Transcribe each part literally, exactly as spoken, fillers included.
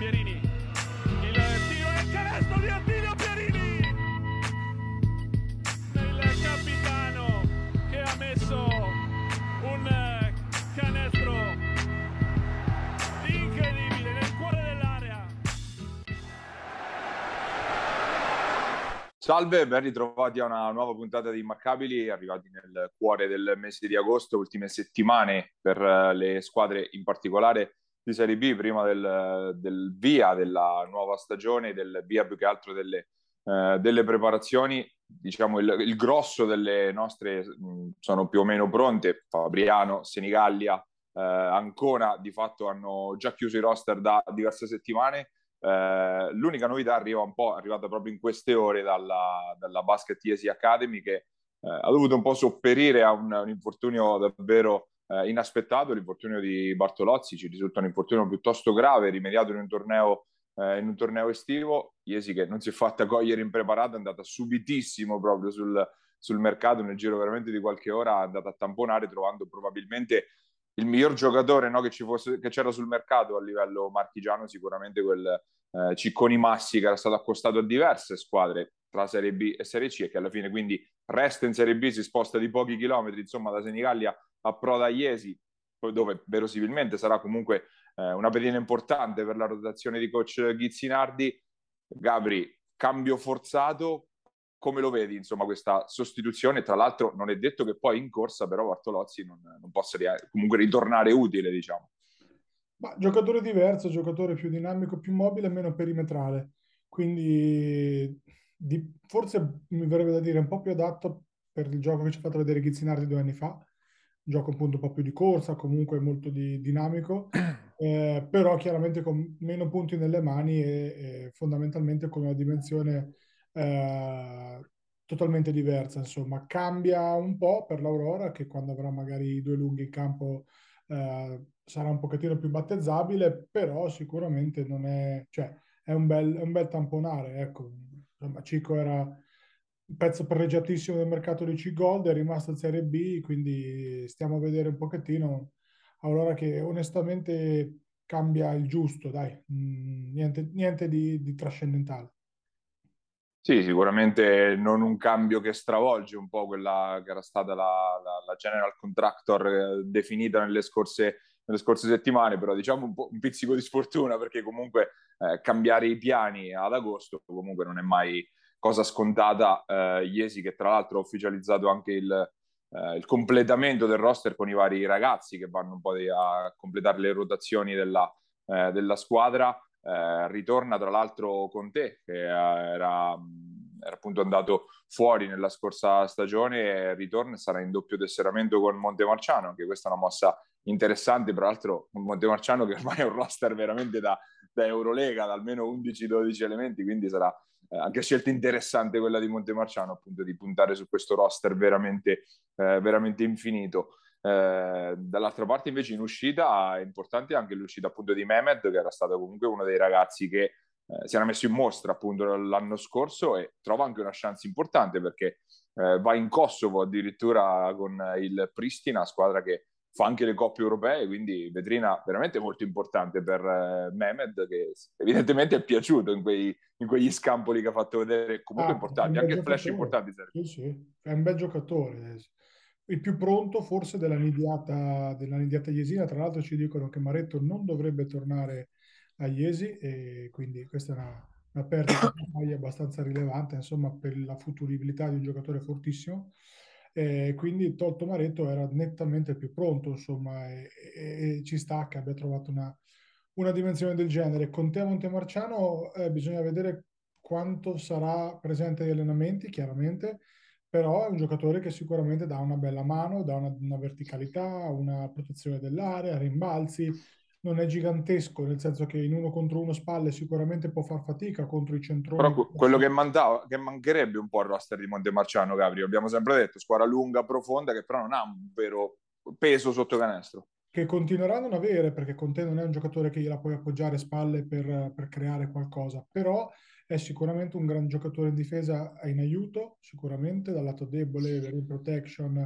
Pierini, il tiro e il canestro di Attilio Pierini, il capitano che ha messo un canestro incredibile nel cuore dell'area. Salve, ben ritrovati a una nuova puntata di Immarcabili, arrivati nel cuore del mese di agosto, ultime settimane per le squadre, in particolare di Serie B, prima del, del via della nuova stagione, del via più che altro delle, eh, delle preparazioni. Diciamo il, il grosso delle nostre mh, sono più o meno pronte. Fabriano, Senigallia, eh, Ancona di fatto hanno già chiuso i roster da diverse settimane. Eh, l'unica novità arriva un po', è arrivata proprio in queste ore dalla, dalla Basket I E S I Academy, che eh, ha dovuto un po' sopperire a un, un infortunio davvero eh, inaspettato. L'infortunio di Bartolozzi ci risulta un infortunio piuttosto grave, rimediato in un torneo, eh, in un torneo estivo. I E S I, che non si è fatta cogliere impreparata, è andata subitissimo proprio sul, sul mercato, nel giro veramente di qualche ora è andata a tamponare, trovando probabilmente il miglior giocatore, no, che ci fosse, che c'era sul mercato a livello marchigiano, sicuramente quel eh, Cicconi Massi, che era stato accostato a diverse squadre tra Serie B e Serie C, e che alla fine quindi resta in Serie B, si sposta di pochi chilometri, insomma, da Senigallia a Proda Iesi, dove verosimilmente sarà comunque eh, una pedina importante per la rotazione di coach Ghizzinardi. Gabri, cambio forzato, come lo vedi, insomma, questa sostituzione? Tra l'altro non è detto che poi in corsa però Bartolozzi non, non possa comunque ritornare utile, diciamo. Ma giocatore diverso, giocatore più dinamico, più mobile, meno perimetrale. Quindi di- forse mi verrebbe da dire un po' più adatto per il gioco che ci ha fatto vedere Ghizzinardi due anni fa. Gioco appunto un po' più di corsa, comunque molto di- dinamico, eh, però chiaramente con meno punti nelle mani e, e fondamentalmente con una dimensione eh, totalmente diversa. Insomma, cambia un po' per l'Aurora, che quando avrà magari i due lunghi in campo eh, sarà un pochettino più battezzabile, però sicuramente non è, cioè, è un bel, è un bel tamponare. Ecco, insomma, Cico era un pezzo pregiatissimo del mercato di C-Gold, è rimasto in Serie B, quindi stiamo a vedere un pochettino Aurora, che onestamente cambia il giusto, dai. Mm, niente, niente di, di trascendentale. Sì, sicuramente non un cambio che stravolge un po' quella che era stata la, la- la general contractor eh, definita nelle scorse, nelle scorse settimane, però diciamo un po' un pizzico di sfortuna, perché comunque eh, cambiare i piani ad agosto comunque non è mai cosa scontata. Eh, Iesi, che tra l'altro ha ufficializzato anche il, eh, il completamento del roster con i vari ragazzi che vanno un po' di- a completare le rotazioni della, eh, della squadra. Eh, ritorna tra l'altro con te, che eh, era, era appunto andato fuori nella scorsa stagione, e ritorna e sarà in doppio tesseramento con Montemarciano. Anche questa è una mossa interessante, tra l'altro un Montemarciano che ormai è un roster veramente da, da Eurolega, da almeno undici dodici elementi, quindi sarà eh, anche scelta interessante quella di Montemarciano, appunto, di puntare su questo roster veramente, eh, veramente infinito. Eh, dall'altra parte invece in uscita è importante anche l'uscita appunto di Mehmed, che era stato comunque uno dei ragazzi che eh, si era messo in mostra appunto l'anno scorso, e trova anche una chance importante, perché eh, va in Kosovo addirittura con il Pristina, squadra che fa anche le coppe europee, quindi vetrina veramente molto importante per eh, Mehmed, che evidentemente è piaciuto in, quei, in quegli scampoli che ha fatto vedere, comunque Ah, è un importanti, bel anche flash giocatore. importanti. Sì, sì, è un bel giocatore. Il più pronto forse della nidiata, della nidiata iesina. Tra l'altro ci dicono che Maretto non dovrebbe tornare a Iesi, e quindi questa è una, una perdita di maglia abbastanza rilevante, insomma, per la futuribilità di un giocatore fortissimo. E quindi tolto Maretto era nettamente il più pronto, insomma, e, e- e ci sta che abbia trovato una, una dimensione del genere. Con te a Montemarciano eh, bisogna vedere quanto sarà presente agli allenamenti, chiaramente, però è un giocatore che sicuramente dà una bella mano, dà una, una verticalità, una protezione dell'area, rimbalzi. Non è gigantesco, nel senso che in uno contro uno spalle sicuramente può far fatica contro i Però centroni. quello che, mandava, che mancherebbe un po' al roster di Montemarciano, Capri, abbiamo sempre detto, squadra lunga, profonda, che però non ha un vero peso sotto canestro. Che continuerà a non avere, perché Conte non è un giocatore che gliela puoi appoggiare a spalle per, per creare qualcosa, però è sicuramente un gran giocatore in difesa, in aiuto, sicuramente, dal lato debole, rim protection,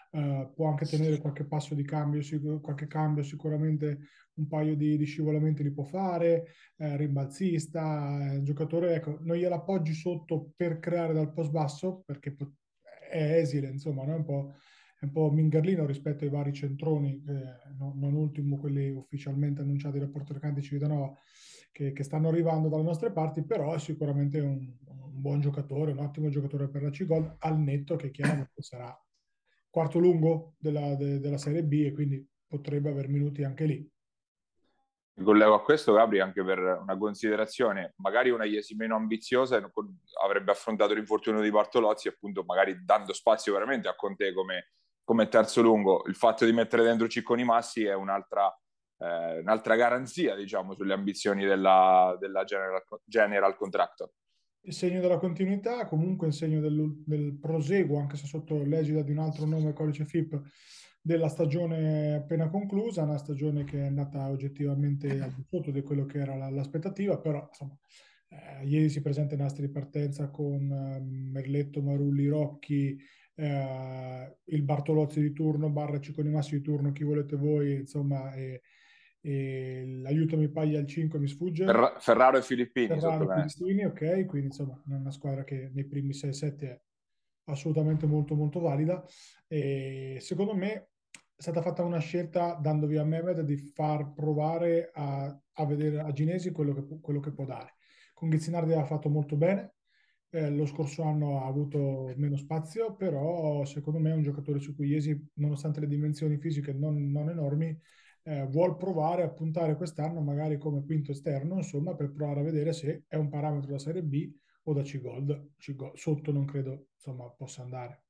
uh, può anche tenere qualche passo di cambio, sic- qualche cambio, sicuramente un paio di, di scivolamenti li può fare, eh, rimbalzista, è un giocatore, ecco, non gliel'appoggi sotto per creare dal post basso, perché pot- è esile, insomma, no? È un po', è un po' mingerlino rispetto ai vari centroni, eh, no- non ultimo quelli ufficialmente annunciati da Porto Recante e Civitanova, che, che stanno arrivando dalle nostre parti, però è sicuramente un, un buon giocatore, un ottimo giocatore per la C-Gold, al netto che chiaramente sarà quarto lungo della, de- della Serie B e quindi potrebbe aver minuti anche lì. Mi collego a questo, Gabri, anche per una considerazione. Magari una Iesi meno ambiziosa e avrebbe affrontato l'infortunio di Bartolozzi, appunto, magari dando spazio veramente a Conte come, come terzo lungo. Il fatto di mettere dentro Cicconi Massi è un'altra, eh, un'altra garanzia, diciamo, sulle ambizioni della, della General, General Contractor. Il segno della continuità, comunque il segno del, del proseguo, anche se sotto l'egida di un altro nome, codice F I P, della stagione appena conclusa, una stagione che è andata oggettivamente al di sotto di quello che era la- l'aspettativa, però insomma, eh, ieri si presenta in asta di partenza con eh, Merletto, Marulli, Rocchi, eh, il Bartolozzi di turno, Barra Cicconi Massi di turno, chi volete voi, insomma, e, e l'aiutami paglia al cinque mi sfugge. Ferra- Ferraro e Filippini sotto Ferrari, canestro. Filippini, ok, quindi insomma è una squadra che nei primi sei sette è assolutamente molto molto valida e secondo me è stata fatta una scelta dando via Mehmed di far provare a, a vedere a Ginesi quello che, pu- quello che può dare. Con Ghizzinardi ha fatto molto bene, eh, lo scorso anno ha avuto meno spazio, però secondo me è un giocatore su cui Iesi, nonostante le dimensioni fisiche non, non enormi, eh, vuol provare a puntare quest'anno magari come quinto esterno, insomma, per provare a vedere se è un parametro da Serie B o da C-Gold. C-Gold. Sotto non credo, insomma, possa andare.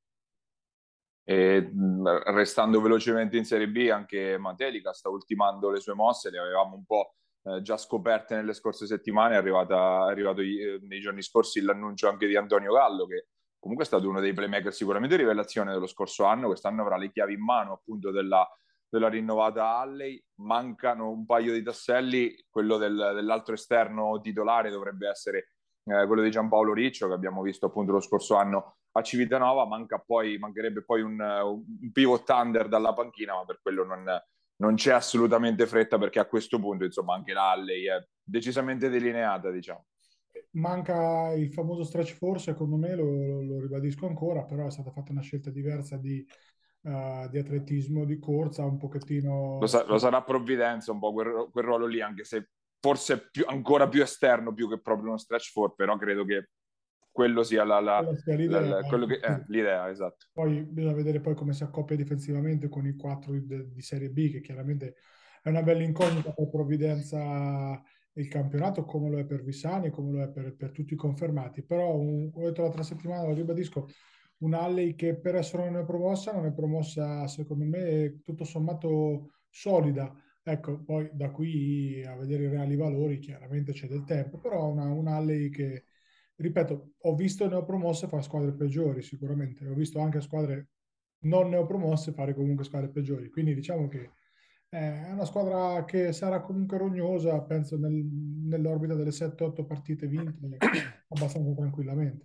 E, mh, restando velocemente in Serie B, anche Matelica sta ultimando le sue mosse, le avevamo un po' eh, già scoperte nelle scorse settimane, è, arrivata, è arrivato i, nei giorni scorsi l'annuncio anche di Antonio Gallo, che comunque è stato uno dei playmaker sicuramente rivelazione dello scorso anno, quest'anno avrà le chiavi in mano appunto della, della rinnovata Alley, mancano un paio di tasselli, quello del, dell'altro esterno titolare dovrebbe essere eh, quello di Giampaolo Riccio, che abbiamo visto appunto lo scorso anno a Civitanova, manca poi, mancherebbe poi un, un pivot under dalla panchina, ma per quello non, non c'è assolutamente fretta, perché a questo punto insomma anche l'Alley è decisamente delineata, diciamo. Manca il famoso stretch four, secondo me, lo, lo- lo ribadisco ancora, però è stata fatta una scelta diversa di, eh, di atletismo, di corsa, un Lo, pochettino sa- lo sarà Provvidenza un po' quel, quel ruolo lì, anche se forse più, ancora più esterno più che proprio uno stretch four, però credo che quello sia la, la, quella sia la, l'idea. la, quello che, eh, l'idea, esatto. Poi bisogna vedere poi come si accoppia difensivamente con i quattro di, di Serie B, che chiaramente è una bella incognita per Provvidenza il campionato, come lo è per Vissani, come lo è per, per tutti i confermati. Però, un, come ho detto l'altra settimana, lo ribadisco, un Alley che per essere non è promossa, non è promossa, secondo me, tutto sommato solida. Ecco, poi da qui a vedere i reali valori, chiaramente c'è del tempo, però una, un Alley che ripeto, ho visto neopromosse fare squadre peggiori sicuramente, ho visto anche squadre non neopromosse fare comunque squadre peggiori, quindi diciamo che eh, è una squadra che sarà comunque rognosa, penso nel- nell'orbita delle sette otto partite vinte abbastanza tranquillamente.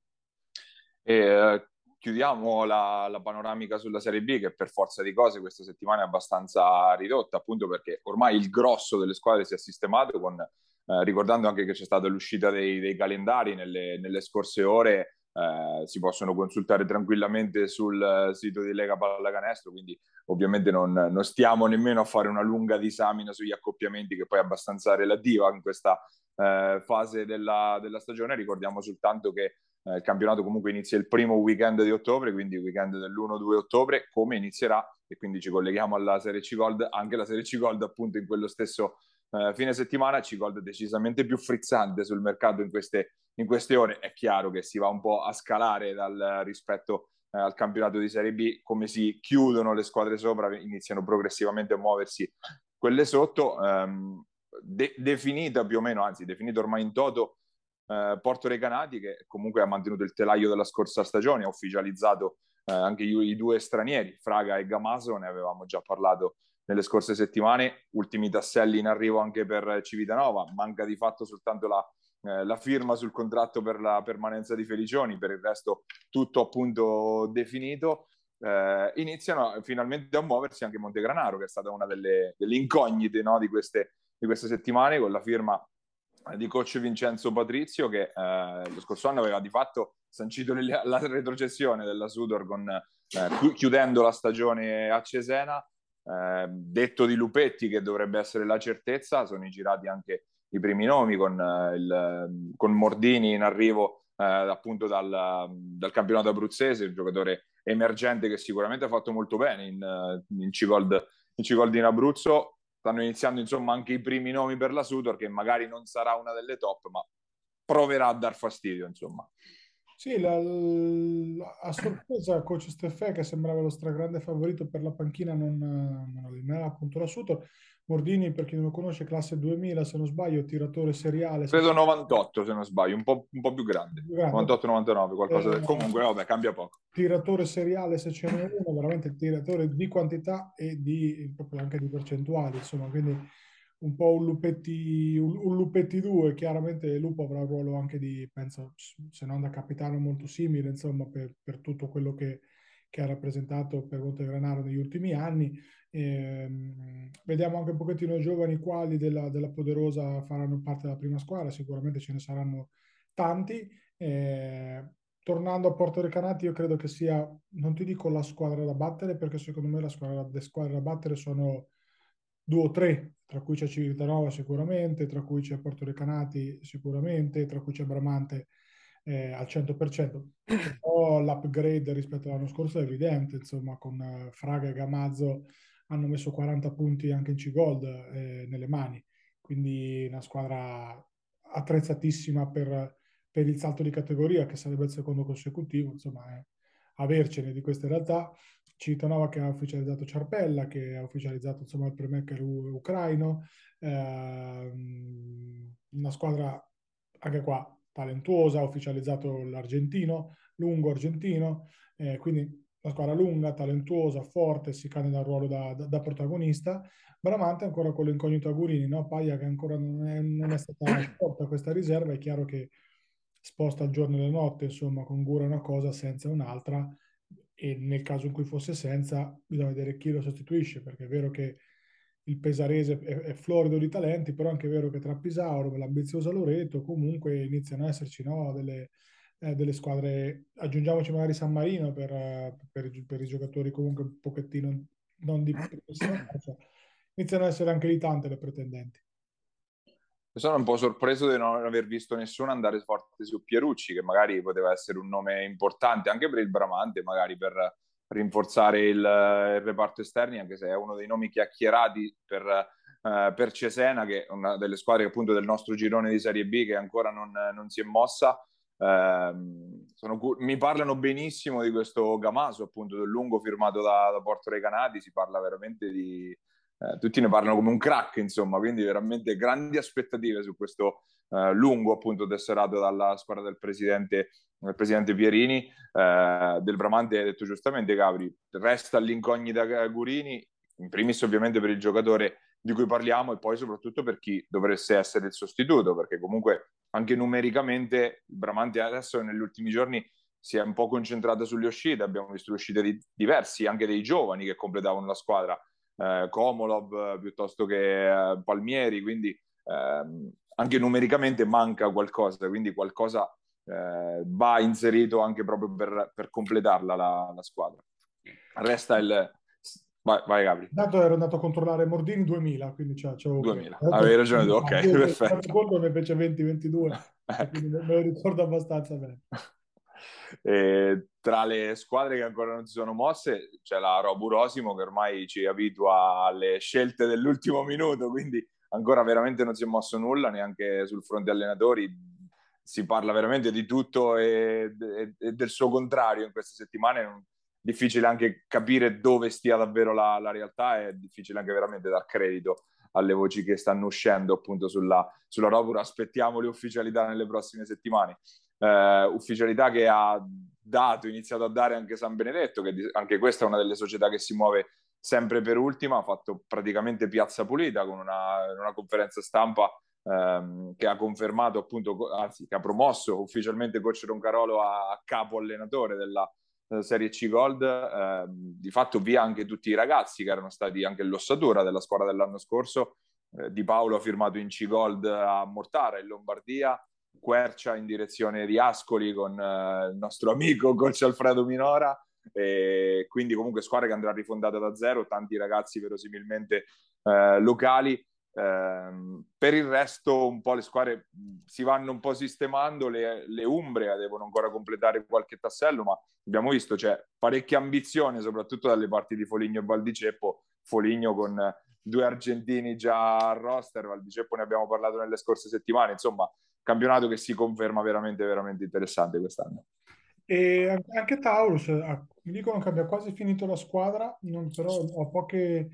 E eh, chiudiamo la, la panoramica sulla Serie B, che per forza di cose questa settimana è abbastanza ridotta, appunto perché ormai il grosso delle squadre si è sistemato, con, eh, ricordando anche che c'è stata l'uscita dei, dei calendari nelle, nelle scorse ore. Eh, si possono consultare tranquillamente sul eh, sito di Lega Pallacanestro, quindi ovviamente non, non stiamo nemmeno a fare una lunga disamina sugli accoppiamenti, che poi è abbastanza relativa in questa eh, fase della, della stagione. Ricordiamo soltanto che eh, il campionato comunque inizia il primo weekend di ottobre, quindi il weekend dell'uno due ottobre, come inizierà, e quindi ci colleghiamo alla Serie C Gold, anche la Serie C Gold appunto in quello stesso eh, fine settimana. C Gold decisamente più frizzante sul mercato in queste, in queste ore. È chiaro che si va un po' a scalare dal rispetto eh, al campionato di Serie B, come si chiudono le squadre sopra, iniziano progressivamente a muoversi quelle sotto. Ehm, de- definita più o meno, anzi definita ormai in toto, eh, Porto Recanati, che comunque ha mantenuto il telaio della scorsa stagione, ha ufficializzato eh, anche i, i due stranieri, Fraga e Gamaso, ne avevamo già parlato nelle scorse settimane. Ultimi tasselli in arrivo anche per Civitanova, manca di fatto soltanto la, eh, la firma sul contratto per la permanenza di Felicioni, per il resto tutto appunto definito. eh, iniziano finalmente a muoversi anche Montegranaro, che è stata una delle, delle incognite, no, di queste, di queste settimane, con la firma di coach Vincenzo Patrizio, che eh, lo scorso anno aveva di fatto sancito la, la retrocessione della Sudor con, eh, chiudendo la stagione a Cesena. Eh, detto di Lupetti, che dovrebbe essere la certezza, sono girati anche i primi nomi con, eh, il, con Mordini in arrivo eh, appunto dal, dal campionato abruzzese, un giocatore emergente che sicuramente ha fatto molto bene in, in C-Gold in, C-Gold in Abruzzo. Stanno iniziando insomma anche i primi nomi per la Sudor, che magari non sarà una delle top, ma proverà a dar fastidio, insomma. Sì, la, la- a sorpresa coach Steffè, che sembrava lo stragrande favorito per la panchina, non, non allineava appunto la Sutor. Mordini, per chi non lo conosce, classe duemila, se non sbaglio, tiratore seriale, se Credo novantotto, se non sbaglio, un po', un po' più grande. più grande. novantotto novantanove, qualcosa del... Eh, Comunque, vabbè, cambia poco. tiratore seriale se ce n'è uno, veramente tiratore di quantità e di, proprio anche di percentuali, insomma, quindi un po' un Lupetti, un, un Lupetti due, chiaramente Lupo avrà un ruolo anche di, penso, se non da capitano molto simile, insomma, per, per tutto quello che, che ha rappresentato per Montegranaro negli ultimi anni. Ehm, vediamo anche un pochettino giovani quali della, della Poderosa faranno parte della prima squadra, sicuramente ce ne saranno tanti. Eh, tornando a Porto Recanati, io credo che sia, non ti dico la squadra da battere, perché secondo me la squadra, le squadre da battere sono due o tre, tra cui c'è Civitanova sicuramente, tra cui c'è Porto Recanati sicuramente, tra cui c'è Bramante eh, al cento per cento. Però l'upgrade rispetto all'anno scorso è evidente, insomma, con eh, Fraga e Gamazzo hanno messo quaranta punti anche in C-Gold eh, nelle mani, quindi una squadra attrezzatissima per, per il salto di categoria, che sarebbe il secondo consecutivo, insomma, è avercene di queste realtà. Civitanova che ha ufficializzato Ciarpella, che ha ufficializzato insomma il playmaker ucraino, ehm, una squadra anche qua talentuosa, ha ufficializzato l'argentino, lungo argentino, eh, quindi una squadra lunga, talentuosa, forte, si candida al ruolo da, da, da protagonista. Bramante ancora con l'incognito Agurini, no? Paglia che ancora non è, non è stata sciolta questa riserva, è chiaro che sposta il giorno e la notte, insomma, congura una cosa senza un'altra, e nel caso in cui fosse senza, bisogna vedere chi lo sostituisce, perché è vero che il pesarese è, è florido di talenti, però è anche vero che tra Pisauro e l'ambiziosa Loreto comunque iniziano ad esserci, no, delle, eh, delle squadre, aggiungiamoci magari San Marino per, eh, per, per i giocatori comunque un pochettino non di primissima fascia, iniziano ad essere anche lì tante le pretendenti. Sono un po' sorpreso di non aver visto nessuno andare forte su Pierucci, che magari poteva essere un nome importante anche per il Bramante, magari per rinforzare il, il reparto esterni, anche se è uno dei nomi chiacchierati per, eh, per Cesena, che è una delle squadre appunto del nostro girone di Serie B che ancora non, non si è mossa. Eh, sono, mi parlano benissimo di questo Gamaso, appunto del lungo firmato da, da Porto Recanati, si parla veramente di eh, tutti ne parlano come un crack, insomma, quindi veramente grandi aspettative su questo eh, lungo appunto tesserato dalla squadra del presidente, del presidente Pierini. Eh, del Bramante hai detto giustamente, Gabri, resta l'incognita Gurini, in primis ovviamente per il giocatore di cui parliamo e poi soprattutto per chi dovesse essere il sostituto, perché comunque anche numericamente il Bramante adesso negli ultimi giorni si è un po' concentrato sulle uscite, abbiamo visto le uscite di diversi, anche dei giovani che completavano la squadra, eh, Komolov piuttosto che eh, Palmieri, quindi ehm, anche numericamente manca qualcosa, quindi qualcosa eh, va inserito anche proprio per, per completarla la, la squadra. Resta il... Vai, vai Gabri. Intanto ero andato a controllare Mordini duemila, quindi c'avevo duemila, avevi ragione tu, ok, perfetto. conto ne fece venti ventidue, quindi me lo ricordo abbastanza bene. E tra le squadre che ancora non si sono mosse c'è la Robu Rosimo, che ormai ci abitua alle scelte dell'ultimo minuto, quindi ancora veramente non si è mosso nulla neanche sul fronte allenatori. Si parla veramente di tutto e, e, e del suo contrario in queste settimane. È difficile anche capire dove stia davvero la, la realtà, è difficile anche veramente dar credito alle voci che stanno uscendo appunto sulla, sulla Robu. Aspettiamo le ufficialità nelle prossime settimane. Uh, ufficialità che ha dato, iniziato a dare anche San Benedetto, che anche questa è una delle società che si muove sempre per ultima, ha fatto praticamente piazza pulita con una, una conferenza stampa um, che ha confermato appunto, anzi che ha promosso ufficialmente coach Roncarolo a, a capo allenatore della, eh, Serie C Gold, eh, di fatto via anche tutti i ragazzi che erano stati anche l'ossatura della squadra dell'anno scorso. eh, Di Paolo ha firmato in C Gold a Mortara in Lombardia, Quercia in direzione di Ascoli con eh, il nostro amico coach Alfredo Minora, e quindi comunque squadra che andrà rifondata da zero, tanti ragazzi verosimilmente eh, locali. Eh, per il resto un po' le squadre si vanno un po' sistemando, le, le Umbria devono ancora completare qualche tassello, ma abbiamo visto c'è parecchia ambizione soprattutto dalle parti di Foligno e Valdiceppo. Foligno con due argentini già a roster, Valdiceppo ne abbiamo parlato nelle scorse settimane, insomma campionato che si conferma veramente veramente interessante quest'anno. E anche Taurus, ah, mi dicono che abbia quasi finito la squadra, non- però ho poche,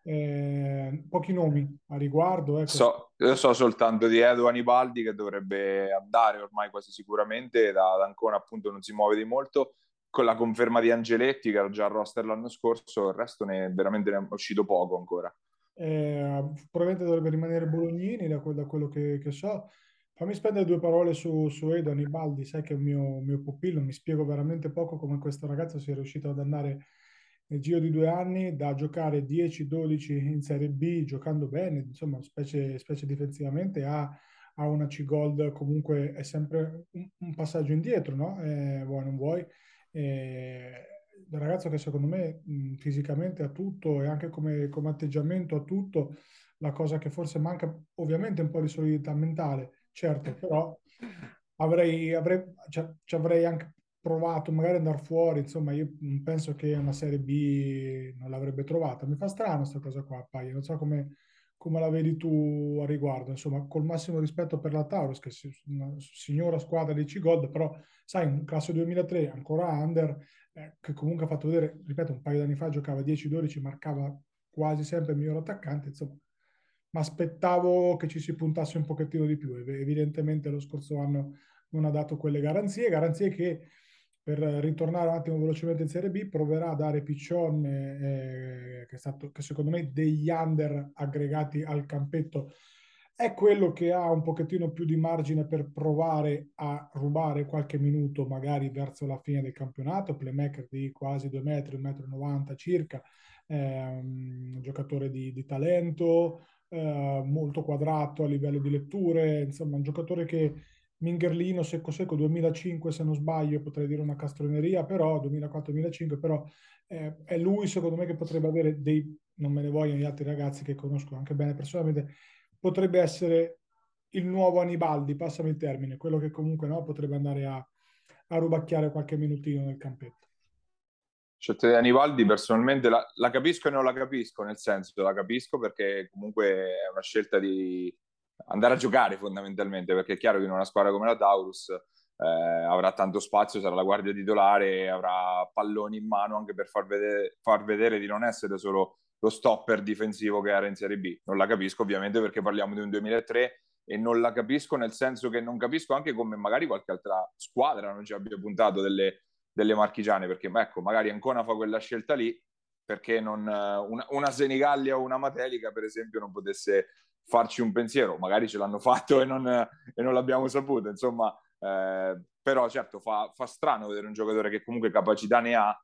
eh, pochi nomi a riguardo. Ecco. So, io so soltanto di Edo Anibaldi che dovrebbe andare ormai quasi sicuramente, da, da Ancona appunto non si muove di molto, con la conferma di Angeletti che era già al roster l'anno scorso, il resto ne, veramente ne è uscito poco ancora. Eh, probabilmente dovrebbe rimanere Bolognini da, que- da quello che, che so. Fammi spendere due parole su, su Edo Anibaldi, sai che è un mio, mio pupillo, mi spiego veramente poco come questo ragazzo sia riuscito ad andare nel giro di due anni da giocare dieci dodici in Serie B, giocando bene, insomma, specie, specie difensivamente, a, a una C-Gold comunque è sempre un, un passaggio indietro, no? Eh, vuoi non vuoi. Eh, un ragazzo che secondo me mh, fisicamente ha tutto e anche come, come atteggiamento ha tutto, la cosa che forse manca ovviamente un po' di solidità mentale, certo, però avrei, avrei, ci, ci avrei anche provato magari ad andare fuori, insomma io mh, penso che una Serie B non l'avrebbe trovata. Mi fa strano questa cosa qua, Paia, non so come, come la vedi tu a riguardo, insomma col massimo rispetto per la Taurus, che è una signora squadra di C-Gold, però sai, in classe duemilatré ancora under, eh, che comunque ha fatto vedere, ripeto, un paio di anni fa giocava dieci dodici, marcava quasi sempre il miglior attaccante, insomma, ma aspettavo che ci si puntasse un pochettino di più. Evidentemente lo scorso anno non ha dato quelle garanzie, garanzie che per ritornare un attimo velocemente in Serie B proverà a dare Piccione, eh, che è stato, che secondo me degli under aggregati al campetto è quello che ha un pochettino più di margine per provare a rubare qualche minuto, magari verso la fine del campionato, playmaker di quasi due metri, un metro e novanta circa, ehm, giocatore di, di talento, eh, molto quadrato a livello di letture, insomma un giocatore che Mingerlino, secco secco, duemilacinque se non sbaglio, potrei dire una castroneria, però duemilaquattro-duemilacinque, però eh, è lui secondo me che potrebbe avere dei, non me ne vogliono gli altri ragazzi che conosco anche bene personalmente, potrebbe essere il nuovo Anibaldi, passami il termine, quello che comunque no, potrebbe andare a, a rubacchiare qualche minutino nel campetto. Scelta di Anibaldi personalmente la, la capisco e non la capisco, nel senso la capisco perché comunque è una scelta di andare a giocare fondamentalmente, perché è chiaro che in una squadra come la Taurus eh, avrà tanto spazio, sarà la guardia titolare, avrà palloni in mano anche per far vedere, far vedere di non essere solo lo stopper difensivo che era in Serie B. Non la capisco ovviamente perché parliamo di un duemilatré e non la capisco nel senso che non capisco anche come magari qualche altra squadra non ci abbia puntato delle delle marchigiane, perché ecco, magari Ancona fa quella scelta lì, perché non, una, una Senigallia o una Matelica, per esempio, non potesse farci un pensiero, magari ce l'hanno fatto e non, e non l'abbiamo saputo, insomma, eh, però certo fa, fa strano vedere un giocatore che comunque capacità ne ha,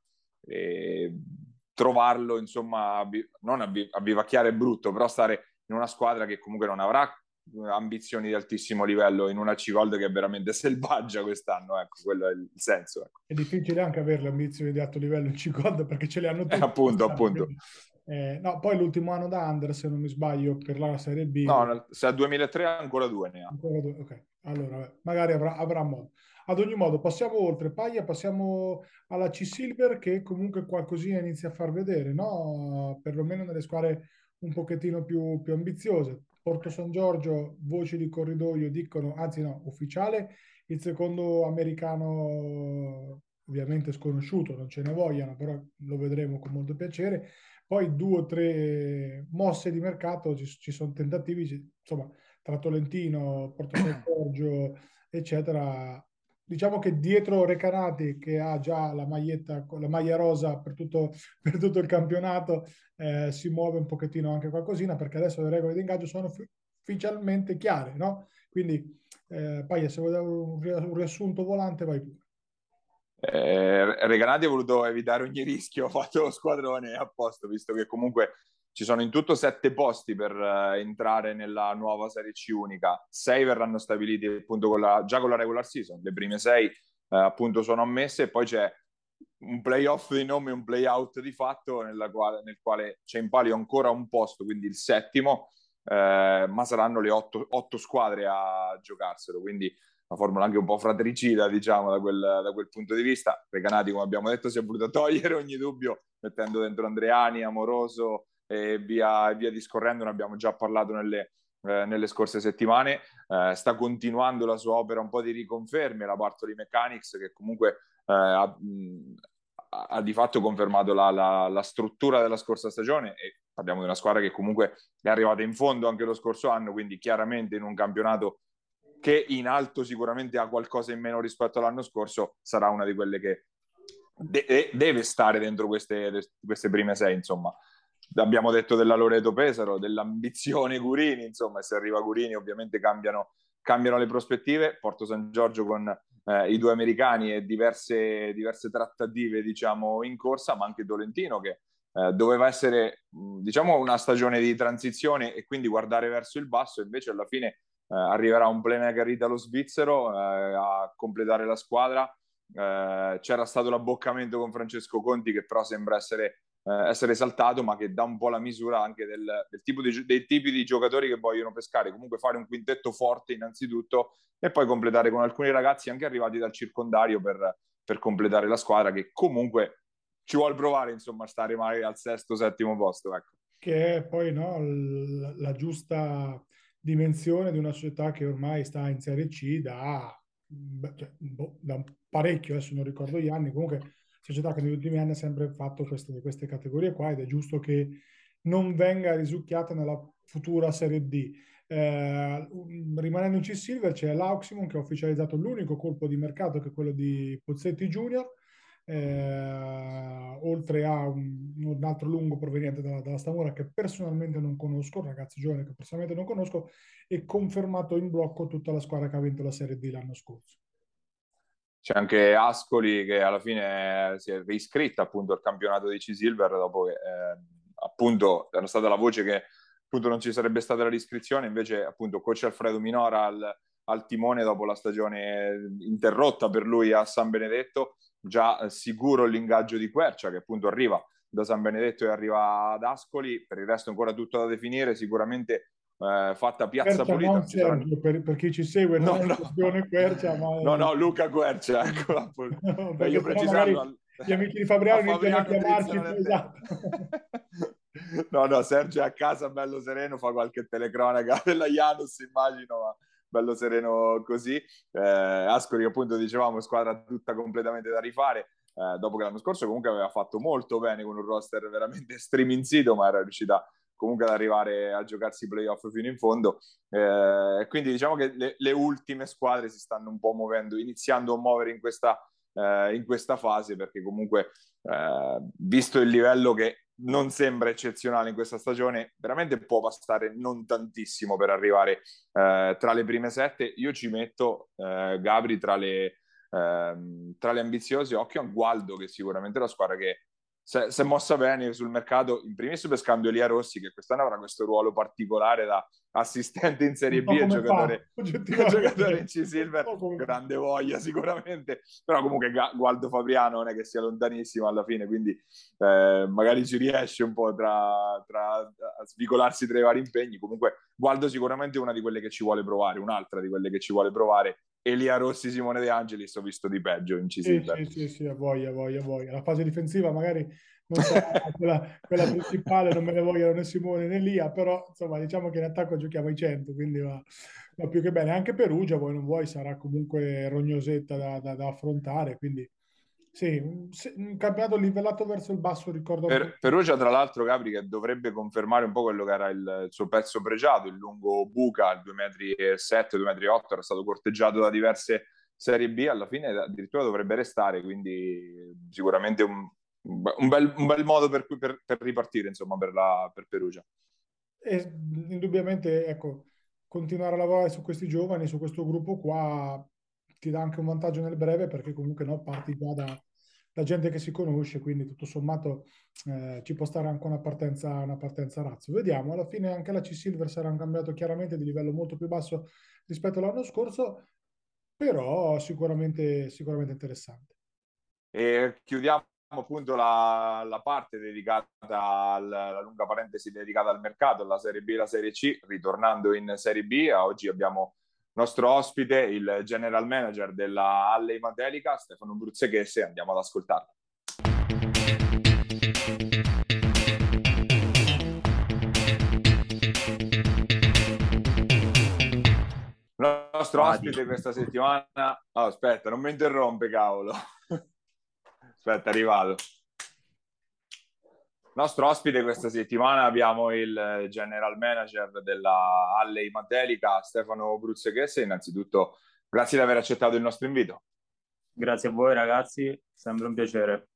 e trovarlo, insomma, non a vivacchiare è brutto, però stare in una squadra che comunque non avrà ambizioni di altissimo livello in una C-Gold che è veramente selvaggia quest'anno, ecco, quello è il senso. Ecco. È difficile anche avere le ambizioni di alto livello in C-Gold perché ce le hanno Eh, tutti. appunto, appunto. Quindi, eh, no, poi l'ultimo anno da Under, se non mi sbaglio, per la Serie B. No, se a duemilatré ancora due ne ha. Ancora due, ok, allora vabbè, magari avrà, avrà modo. Ad ogni modo, passiamo oltre. Paglia, passiamo alla C-Silver che comunque qualcosina inizia a far vedere, no? Perlomeno nelle squadre un pochettino più, più ambiziose. Porto San Giorgio, voci di corridoio dicono, anzi no, ufficiale, il secondo americano ovviamente sconosciuto, non ce ne vogliano, però lo vedremo con molto piacere. Poi due o tre mosse di mercato, ci, ci sono tentativi, ci- insomma, tra Tolentino, Porto San Giorgio, eccetera. Diciamo che dietro Recanati, che ha già la maglietta, la maglia rosa per tutto, per tutto il campionato, eh, si muove un pochettino anche qualcosina, perché adesso le regole di ingaggio sono fi- ufficialmente chiare, no? Quindi, eh, Paia, se vuoi dare un, ri- un riassunto volante, vai pure. Eh, Recanati ha voluto evitare ogni rischio, ha fatto lo squadrone a posto, visto che comunque ci sono in tutto sette posti per uh, entrare nella nuova Serie C unica. Sei verranno stabiliti appunto con la, già con la regular season, le prime sei uh, appunto sono ammesse, e poi c'è un playoff di nome e un playout di fatto nella quale, nel quale c'è in palio ancora un posto, quindi il settimo, eh, ma saranno le otto, otto squadre a giocarselo, quindi una formula anche un po' fratricida, diciamo, da quel, da quel punto di vista. Recanati, come abbiamo detto, si è voluto togliere ogni dubbio, mettendo dentro Andreani, Amoroso e via, via discorrendo, ne abbiamo già parlato nelle, eh, nelle scorse settimane. Eh, sta continuando la sua opera un po' di riconferme, la Bartoli Mechanics, che comunque eh, ha, mh, ha di fatto confermato la, la, la struttura della scorsa stagione, e parliamo di una squadra che comunque è arrivata in fondo anche lo scorso anno, quindi chiaramente in un campionato che in alto sicuramente ha qualcosa in meno rispetto all'anno scorso, sarà una di quelle che de- deve stare dentro queste, queste prime sei, insomma. Abbiamo detto della Loreto Pesaro, dell'ambizione Gurini, insomma, se arriva Gurini ovviamente cambiano, cambiano le prospettive. Porto San Giorgio con eh, i due americani e diverse, diverse trattative, diciamo, in corsa, ma anche Tolentino che eh, doveva essere, diciamo, una stagione di transizione e quindi guardare verso il basso, invece alla fine eh, arriverà un playmaker italo-svizzero eh, a completare la squadra. Eh, c'era stato l'abboccamento con Francesco Conti, che però sembra essere, eh, essere esaltato, ma che dà un po' la misura anche del, del tipo di, dei tipi di giocatori che vogliono pescare. Comunque fare un quintetto forte innanzitutto, e poi completare con alcuni ragazzi anche arrivati dal circondario per, per completare la squadra, che comunque ci vuole provare, insomma, a stare magari al sesto, settimo posto, ecco. Che è poi no, l- la giusta dimensione di una società che ormai sta in Serie C da, beh, cioè, boh, da un parecchio, adesso non ricordo gli anni, comunque società che negli ultimi anni ha sempre fatto queste, queste categorie qua, ed è giusto che non venga risucchiata nella futura Serie D. Eh, rimanendo in C-Silver c'è l'Auximum che ha ufficializzato l'unico colpo di mercato, che è quello di Pozzetti Junior, eh, oltre a un, un altro lungo proveniente dalla, dalla Stamura, che personalmente non conosco, un ragazzo giovane che personalmente non conosco, e confermato in blocco tutta la squadra che ha vinto la Serie D l'anno scorso. C'è anche Ascoli che alla fine si è riscritta appunto al campionato di C-Silver dopo che eh, appunto era stata la voce che appunto non ci sarebbe stata la riscrizione, invece appunto coach Alfredo Minora al, al timone dopo la stagione interrotta per lui a San Benedetto, già sicuro l'ingaggio di Quercia che appunto arriva da San Benedetto e arriva ad Ascoli. Per il resto ancora tutto da definire, sicuramente eh, fatta piazza Quercia, pulita, non non ci saranno. Sergio, per, per chi ci segue, non No, è no, questione Quercia, ma no, è... no, Luca Quercia, ecco, perché meglio sennò magari precisarlo. gli amici di A Fabriano iniziano a Fabriano chiamarci. drizzano le antenne. Esatto. No, no, Sergio è a casa bello sereno, fa qualche telecronaca della Janus, immagino, ma bello sereno così. Eh, Ascoli, appunto, dicevamo, squadra tutta completamente da rifare. Eh, dopo che l'anno scorso comunque aveva fatto molto bene con un roster veramente streaming sito, ma era riuscita comunque ad arrivare a giocarsi i playoff fino in fondo. Eh, quindi diciamo che le, le, ultime squadre si stanno un po' muovendo, iniziando a muovere in questa, eh, in questa fase, perché comunque eh, visto il livello che non sembra eccezionale in questa stagione, veramente può bastare non tantissimo per arrivare eh, tra le prime sette. Io ci metto eh, Gabri tra le, ehm, tra le ambiziose. Occhio a Gualdo, che è sicuramente la squadra che si è mossa bene sul mercato, in primis per scambio Elia Rossi, che quest'anno avrà questo ruolo particolare da assistente in Serie Non B so e come fa, giocatore, giocatore in oggettivamente. C-Silver, Non so come fa. grande voglia sicuramente, però comunque Gualdo Fabriano non è che sia lontanissimo alla fine, quindi eh, magari ci riesce un po' tra, tra, a svicolarsi tra i vari impegni. Comunque Gualdo sicuramente è una di quelle che ci vuole provare, un'altra di quelle che ci vuole provare. Elia Rossi, Simone De Angelis ho visto di peggio in Sì, C-Silver. sì, sì, sì, a voglia, a voglia, a voglia. La fase difensiva magari non sarà quella, quella principale, non me ne vogliono né Simone né Lia, però insomma diciamo che in attacco giochiamo ai cento, quindi va, va più che bene. Anche Perugia, vuoi non vuoi, sarà comunque rognosetta da, da- da affrontare, quindi sì, un, se- un campionato livellato verso il basso ricorda un po'. Per, Perugia, tra l'altro, Capri, che dovrebbe confermare un po' quello che era il, il suo pezzo pregiato, il lungo buca, il due metri e sette, due metri e otto, era stato corteggiato da diverse Serie B, alla fine addirittura dovrebbe restare, quindi sicuramente un, un, bel, un bel, modo per, per, per ripartire, insomma, per, la, per Perugia. E indubbiamente, ecco, continuare a lavorare su questi giovani, su questo gruppo qua, ti dà anche un vantaggio nel breve perché comunque no, parti già da, da gente che si conosce, quindi tutto sommato eh, ci può stare anche una partenza, una partenza razzo. Vediamo, alla fine anche la C-Silver sarà un cambiato chiaramente di livello molto più basso rispetto all'anno scorso, però sicuramente, sicuramente interessante. E chiudiamo appunto la, la parte dedicata alla la lunga parentesi dedicata al mercato, alla Serie B e la Serie C, ritornando in Serie B. Oggi abbiamo nostro ospite, il general manager della Alley Matelica, Stefano Bruzzechese. Andiamo ad ascoltarlo. Il nostro ospite questa settimana... Oh, aspetta, non mi interrompe, cavolo. Aspetta, è arrivato. Nostro ospite questa settimana abbiamo il general manager della Alley Matelica, Stefano Bruzzechese. Innanzitutto, grazie di aver accettato il nostro invito. Grazie a voi ragazzi, sempre un piacere.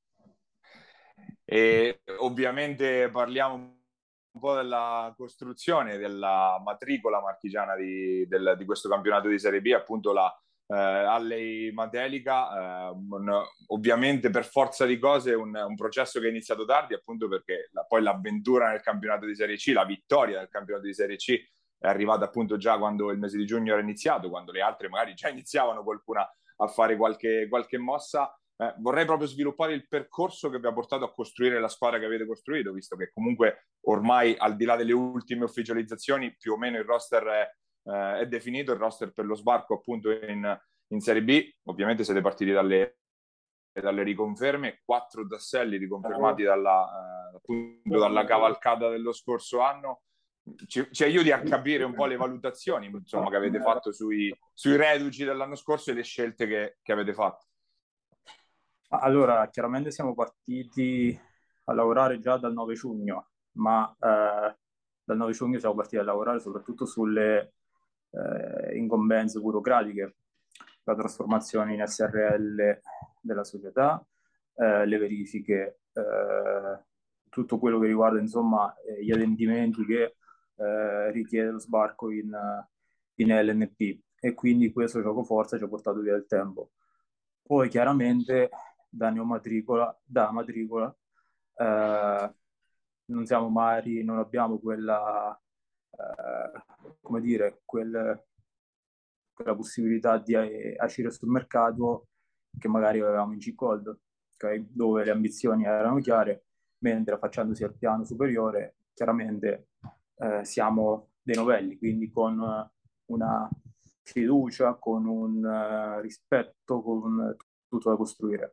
E ovviamente parliamo un po' della costruzione della matricola marchigiana di, del, di questo campionato di Serie B, appunto la eh, Alley Matelica. Eh, un, ovviamente per forza di cose un, un processo che è iniziato tardi, appunto perché la, poi l'avventura nel campionato di Serie C, la vittoria del campionato di Serie C è arrivata appunto già quando il mese di giugno era iniziato, quando le altre magari già iniziavano qualcuna a fare qualche, qualche mossa. Eh, vorrei proprio sviluppare il percorso che vi ha portato a costruire la squadra che avete costruito, visto che comunque ormai, al di là delle ultime ufficializzazioni, più o meno il roster è, eh, è definito, il roster per lo sbarco appunto in, in Serie B. Ovviamente siete partiti dalle, dalle riconferme, quattro tasselli riconfermati dalla, eh, appunto dalla cavalcata dello scorso anno. Ci, ci aiuti a capire un po' le valutazioni, insomma, che avete fatto sui, sui reduci dell'anno scorso e le scelte che, che avete fatto. Allora, chiaramente siamo partiti a lavorare già dal nove giugno, ma eh, dal nove giugno siamo partiti a lavorare soprattutto sulle eh, incombenze burocratiche, la trasformazione in S R L della società, eh, le verifiche, eh, tutto quello che riguarda insomma eh, gli adempimenti che eh, richiede lo sbarco in, in L N P, e quindi questo gioco forza ci ha portato via il tempo. Poi chiaramente da neomatricola, da matricola, eh, non siamo mai, non abbiamo quella, eh, come dire, quel, quella possibilità di eh, agire sul mercato che magari avevamo in G-Gold, okay? Dove le ambizioni erano chiare, mentre facendosi al piano superiore, chiaramente eh, siamo dei novelli, quindi con una fiducia, con un uh, rispetto, con tutto da costruire.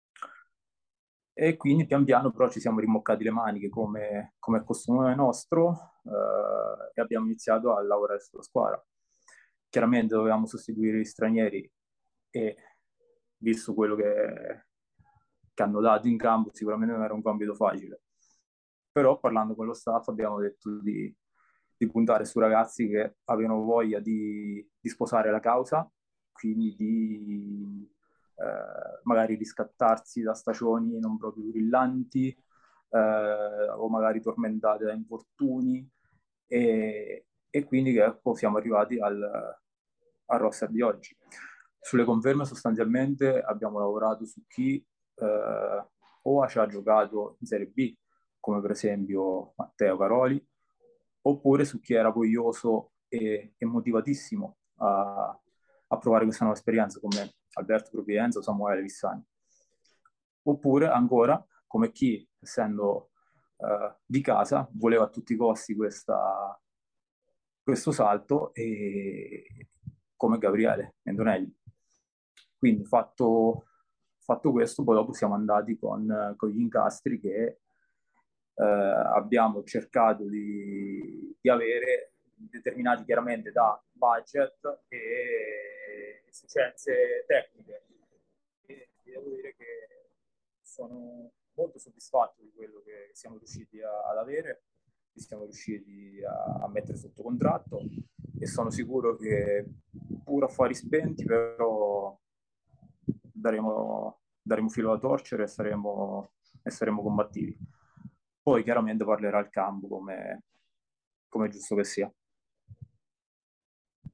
E quindi pian piano però ci siamo rimboccati le maniche come, come è costume nostro eh, e abbiamo iniziato a lavorare sulla squadra. Chiaramente dovevamo sostituire gli stranieri e visto quello che, che hanno dato in campo sicuramente non era un compito facile. Però parlando con lo staff abbiamo detto di, di puntare su ragazzi che avevano voglia di, di sposare la causa, quindi di eh, magari riscattarsi da stagioni non proprio brillanti eh, o magari tormentate da infortuni, e, e quindi ecco, siamo arrivati al, al roster di oggi. Sulle conferme sostanzialmente abbiamo lavorato su chi eh, o ci ha giocato in Serie B, come per esempio Matteo Caroli, oppure su chi era voglioso e, e motivatissimo a, a provare questa nuova esperienza, come Alberto Providenza o Samuele Vissani. Oppure ancora come chi, essendo uh, di casa, voleva a tutti i costi questa, questo salto, e come Gabriele Antonelli. Quindi fatto, fatto questo, poi dopo siamo andati con, con gli incastri che eh, abbiamo cercato di, di avere, determinati chiaramente da budget e esigenze tecniche. E devo dire che sono molto soddisfatto di quello che siamo riusciti a, ad avere, che siamo riusciti a, a mettere sotto contratto, e sono sicuro che pur affari spenti però daremo, daremo filo da torcere e saremo, e saremo combattivi. Poi chiaramente parlerà il campo come, come è giusto che sia.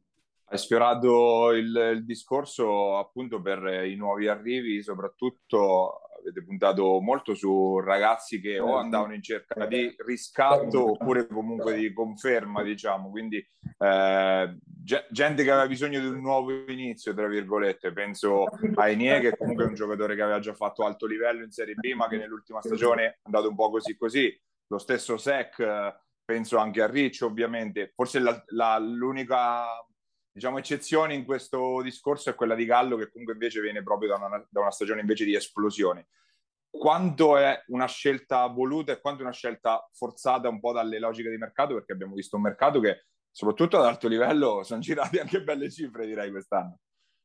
Hai sfiorato il, il discorso appunto per i nuovi arrivi, soprattutto avete puntato molto su ragazzi che o andavano in cerca di riscatto oppure comunque di conferma, diciamo, quindi eh, ge- gente che aveva bisogno di un nuovo inizio, tra virgolette. Penso a Enie, che comunque è un giocatore che aveva già fatto alto livello in Serie B, ma che nell'ultima stagione è andato un po' così così. Lo stesso Sec, eh, penso anche a Riccio, ovviamente. Forse la, la, l'unica diciamo eccezione in questo discorso è quella di Gallo, che comunque invece viene proprio da una, da una stagione invece di esplosione. Quanto è una scelta voluta e quanto è una scelta forzata un po' dalle logiche di mercato, perché abbiamo visto un mercato che soprattutto ad alto livello sono girate anche belle cifre, direi, quest'anno.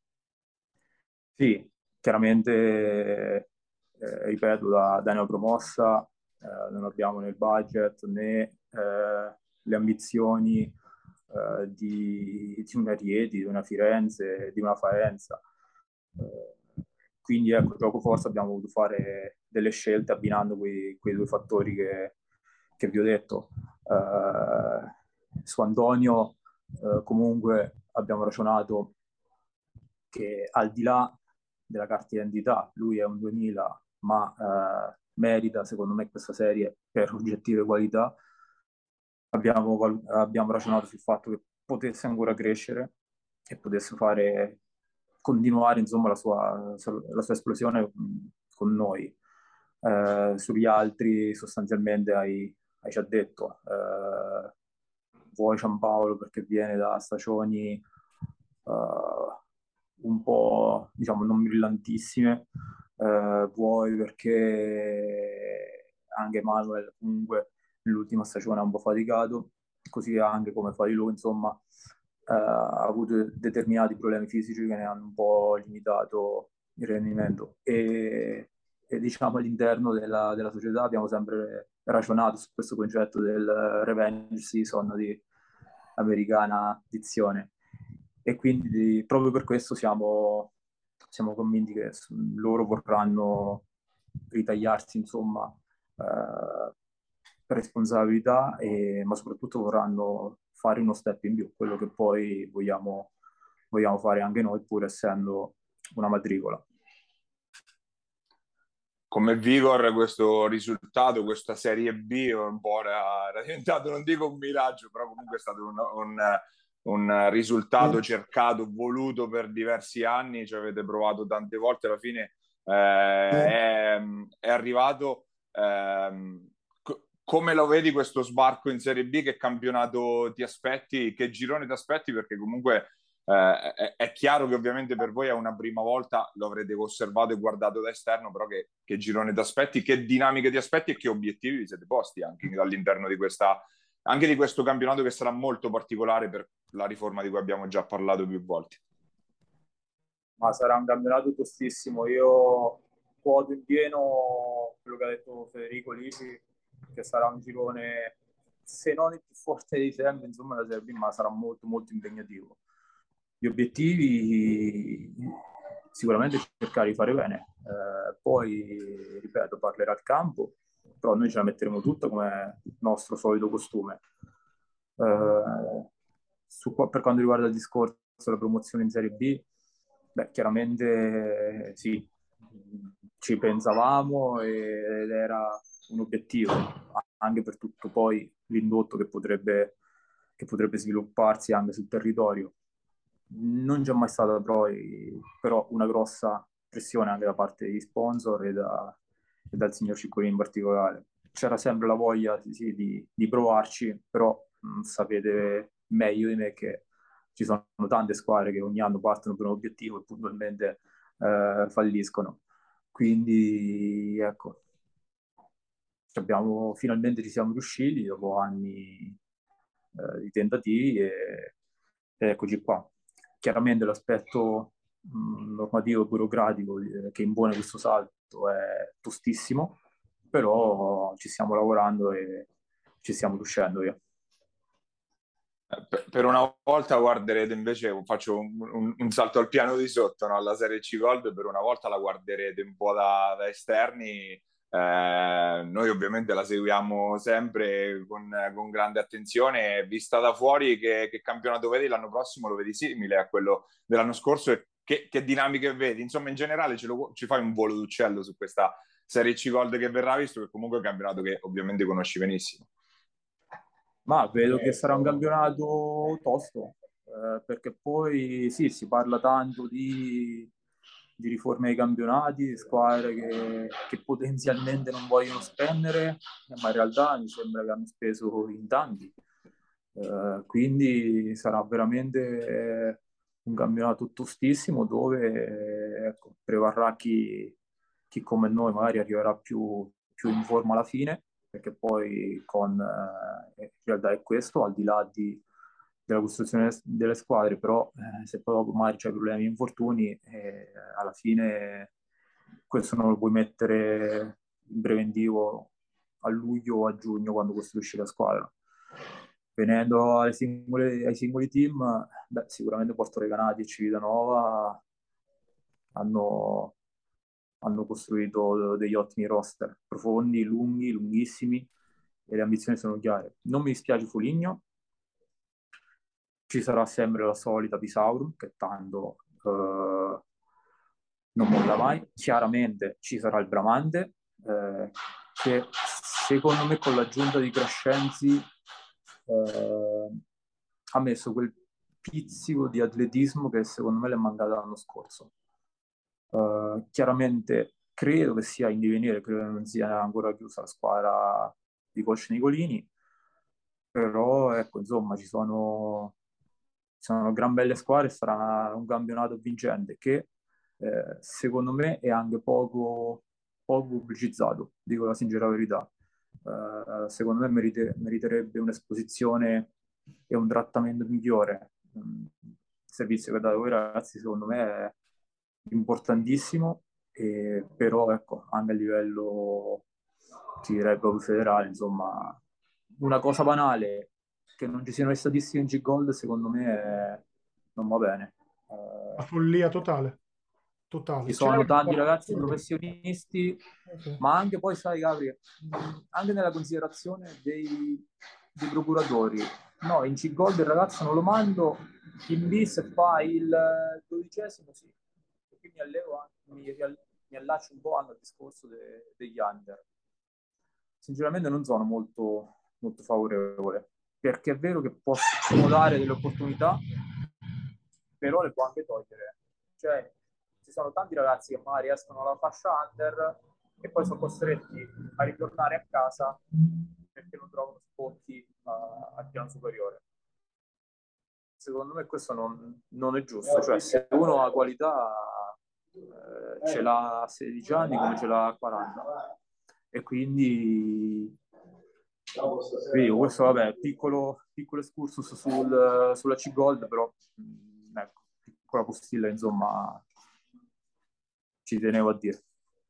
Sì, chiaramente, eh, ripeto, da, da neopromossa eh, non abbiamo né il budget né eh, le ambizioni eh, di, di una Rieti, di una Firenze, di una Faenza. Eh, quindi ecco, gioco forza abbiamo voluto fare delle scelte abbinando quei, quei due fattori che, che vi ho detto. Eh, su Antonio eh, comunque abbiamo ragionato che al di là della carta d'identità, lui è un duemila, ma eh, merita secondo me questa serie per oggettive qualità. Abbiamo, abbiamo ragionato sul fatto che potesse ancora crescere e potesse fare, continuare insomma la sua, la sua esplosione con noi. Eh, sugli altri sostanzialmente hai, hai già detto, eh, vuoi Giampaolo perché viene da stagioni uh, un po' diciamo non brillantissime, uh, vuoi perché anche Manuel comunque nell'ultima stagione ha un po' faticato, così anche come Farilu, insomma, uh, ha avuto determinati problemi fisici che ne hanno un po' limitato il rendimento. E, e diciamo all'interno della, della società abbiamo sempre ragionato su questo concetto del revenge season di americana dizione, e quindi proprio per questo siamo, siamo convinti che loro vorranno ritagliarsi insomma eh, responsabilità, e, ma soprattutto vorranno fare uno step in più, quello che poi vogliamo, vogliamo fare anche noi, pur essendo una matricola. Come Vigor questo risultato, questa Serie B un po' era, era diventato, non dico un miraggio, però comunque è stato un, un, un risultato cercato, voluto per diversi anni, ci avete provato tante volte, alla fine eh, è, è arrivato. Eh, come lo vedi questo sbarco in Serie B? Che campionato ti aspetti? Che girone ti aspetti? Perché comunque eh, è, è chiaro che ovviamente per voi è una prima volta, lo avrete osservato e guardato da esterno, però che, che girone ti aspetti, che dinamiche ti aspetti e che obiettivi vi siete posti anche all'interno di questa, anche di questo campionato, che sarà molto particolare per la riforma di cui abbiamo già parlato più volte. Ma sarà un campionato tostissimo. Io quoto in pieno quello che ha detto Federico Lisi, che sarà un girone, se non il più forte di sempre, insomma, la Serie B, ma sarà molto molto impegnativo. Gli obiettivi sicuramente cercare di fare bene, eh, poi ripeto, parlerà al campo, però noi ce la metteremo tutta come nostro solito costume. Eh, su, per quanto riguarda il discorso della promozione in Serie B, beh, chiaramente sì, ci pensavamo ed era un obiettivo, anche per tutto poi l'indotto che potrebbe, che potrebbe svilupparsi anche sul territorio. Non c'è mai stata poi, però una grossa pressione anche da parte degli sponsor e, da, e dal signor Ciccolini in particolare. C'era sempre la voglia sì, di, di provarci, però mh, sapete meglio di me che ci sono tante squadre che ogni anno partono per un obiettivo e puntualmente eh, falliscono. Quindi ecco, abbiamo, finalmente ci siamo riusciti dopo anni eh, di tentativi e, e eccoci qua. Chiaramente l'aspetto mh, normativo e burocratico eh, che impone questo salto è tostissimo, però ci stiamo lavorando e ci stiamo riuscendo via. Per una volta guarderete invece, faccio un, un, un salto al piano di sotto, no? Alla Serie C Gold, per una volta la guarderete un po' da, da esterni, Eh, noi ovviamente la seguiamo sempre con, con grande attenzione. Vista da fuori, che, che campionato vedi l'anno prossimo? Lo vedi simile a quello dell'anno scorso? E che, che dinamiche vedi? Insomma, in generale ce lo, ci fai un volo d'uccello su questa Serie C Gold che verrà, visto che comunque è un campionato che ovviamente conosci benissimo. Ma vedo che sarà un campionato tosto, eh, perché poi sì, si parla tanto di, di riforme ai campionati, di squadre che, che potenzialmente non vogliono spendere, ma in realtà mi sembra che hanno speso in tanti. Eh, quindi sarà veramente un campionato tostissimo dove ecco, prevarrà chi, chi come noi magari arriverà più, più in forma alla fine, perché poi con eh, in realtà è questo, al di là di, della costruzione delle squadre, però eh, se poi dopo magari c'è problemi di infortuni, eh, alla fine questo non lo puoi mettere in preventivo a luglio o a giugno quando costruisci la squadra. Venendo alle singole, ai singoli team, beh, sicuramente Porto Recanati e Civitanova hanno, hanno costruito degli ottimi roster, profondi, lunghi, lunghissimi, e le ambizioni sono chiare. Non mi dispiace Foligno, ci sarà sempre la solita Pisaurum, che tanto eh, non molla mai. Chiaramente ci sarà il Bramante, eh, che secondo me con l'aggiunta di Crescenzi eh, ha messo quel pizzico di atletismo che secondo me le è mancato l'anno scorso. Uh, chiaramente credo che sia in divenire, credo che non sia ancora chiusa la squadra di coach Nicolini, però ecco, insomma, ci sono, ci sono gran belle squadre, sarà un campionato vincente che eh, secondo me è anche poco, poco pubblicizzato, dico la sincera verità. Uh, secondo me merite, meriterebbe un'esposizione e un trattamento migliore. Um, il servizio che date voi ragazzi secondo me è importantissimo, e, però ecco, anche a livello, si direbbe proprio federale, insomma, una cosa banale, che non ci siano le statistiche in G-Gold, secondo me è, non va bene. La Eh, follia totale, ci totale. C'è sono tanti una- ragazzi professionisti, Sì. ma anche poi, sai, Gabri, mh, anche nella considerazione dei, dei procuratori. No, in C-Gold il ragazzo non lo mando, in B se fa il dodicesimo, sì. E qui mi allevo, anche- mi, riall- mi allaccio un po' al discorso de- degli under. Sinceramente non sono molto, molto favorevole, perché è vero che possono dare delle opportunità, però le può anche togliere. Cioè, ci sono tanti ragazzi che magari escono alla fascia under e poi sono costretti a ritornare a casa perché non trovano sconti uh, al piano superiore. Secondo me questo non, non è giusto. Cioè, se uno ha qualità, eh, ce l'ha a sedici anni come ce l'ha a quaranta. E quindi io, questo vabbè, piccolo, piccolo excursus sul, sulla C-Gold, però mh, ecco, piccola postilla, insomma, ci tenevo a dire.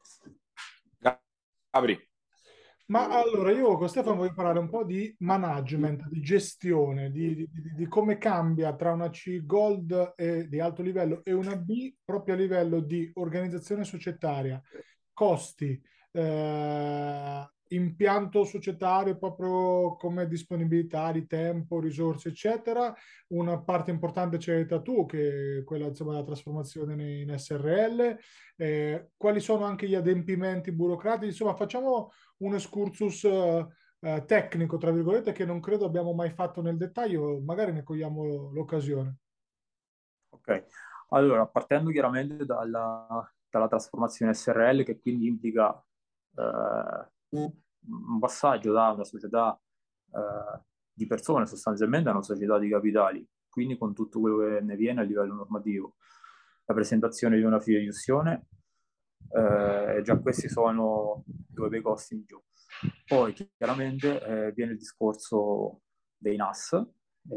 Apri. Ma allora io con Stefano voglio parlare un po' di management, di gestione, di, di- di- di come cambia tra una C Gold e, di alto livello e una B proprio a livello di organizzazione societaria, costi, eh, impianto societario proprio come disponibilità di tempo, risorse, eccetera. Una parte importante ce l'hai tu, che è quella insomma della trasformazione in S R L. Eh, quali sono anche gli adempimenti burocratici? Insomma, facciamo un excursus eh, eh, tecnico, tra virgolette, che non credo abbiamo mai fatto nel dettaglio, magari ne cogliamo l'occasione. Ok, allora, partendo chiaramente dalla, dalla trasformazione S R L, che quindi implica eh, un passaggio da una società eh, di persone sostanzialmente a una società di capitali, quindi con tutto quello che ne viene a livello normativo. La presentazione di una fideiussione, eh, già questi sono due bei costi in più. Poi chiaramente eh, viene il discorso dei N A S, eh,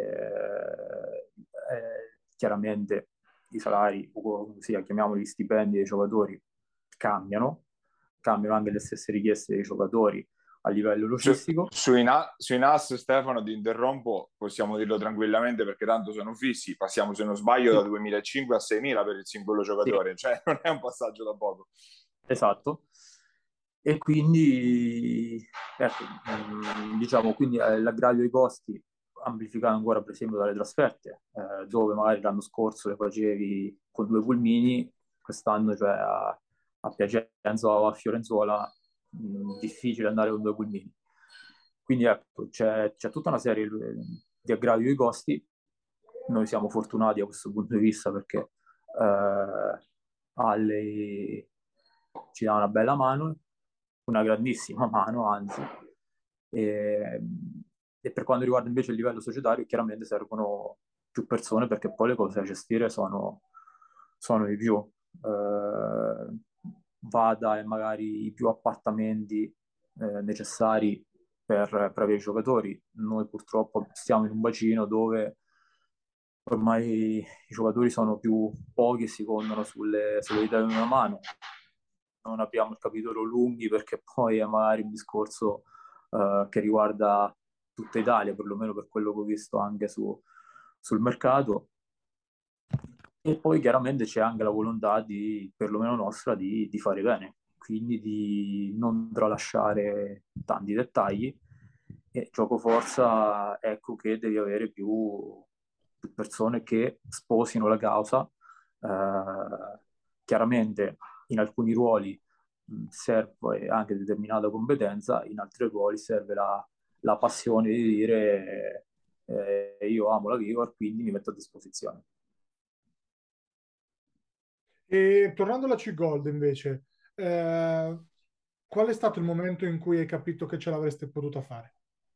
eh, chiaramente i salari, o sia chiamiamoli stipendi dei giocatori, cambiano, cambiano anche le stesse richieste dei giocatori a livello Su, logistico. sui, na, sui N A S, Stefano, ti interrompo, possiamo dirlo tranquillamente perché tanto sono fissi, passiamo se non sbaglio Sì, da duemilacinque a seimila per il singolo sì, giocatore, cioè non è un passaggio da poco. esatto. E quindi, ecco, mh, diciamo, quindi eh, l'aggravio dei costi amplificato ancora per esempio dalle trasferte, eh, dove magari l'anno scorso le facevi con due pulmini, quest'anno cioè a, a Piacenza o a Fiorenzuola mh, difficile andare con due pulmini. Quindi ecco, c'è, c'è tutta una serie di aggravi dei costi. Noi siamo fortunati da questo punto di vista perché eh, Ale ci dà una bella mano, una grandissima mano, anzi. E, e per quanto riguarda invece il livello societario, chiaramente servono più persone perché poi le cose da gestire sono, sono di più. Eh, vada e magari i più appartamenti eh, necessari per, per avere i giocatori. Noi purtroppo stiamo in un bacino dove ormai i giocatori sono più pochi e si contano sulle, sulle dita di una mano. Non abbiamo il capitolo lunghi perché poi è magari un discorso eh, che riguarda tutta Italia, perlomeno per quello che ho visto anche su, sul mercato. E poi chiaramente c'è anche la volontà di, perlomeno nostra, di, di fare bene, quindi di non tralasciare tanti dettagli. E gioco forza, ecco che devi avere più, più persone che sposino la causa. Eh, chiaramente in alcuni ruoli mh, serve anche determinata competenza, in altri ruoli serve la, la passione di dire eh, io amo la Vigor, quindi mi metto a disposizione. E tornando alla C-Gold invece, eh, qual è stato il momento in cui hai capito che ce l'avreste potuta fare?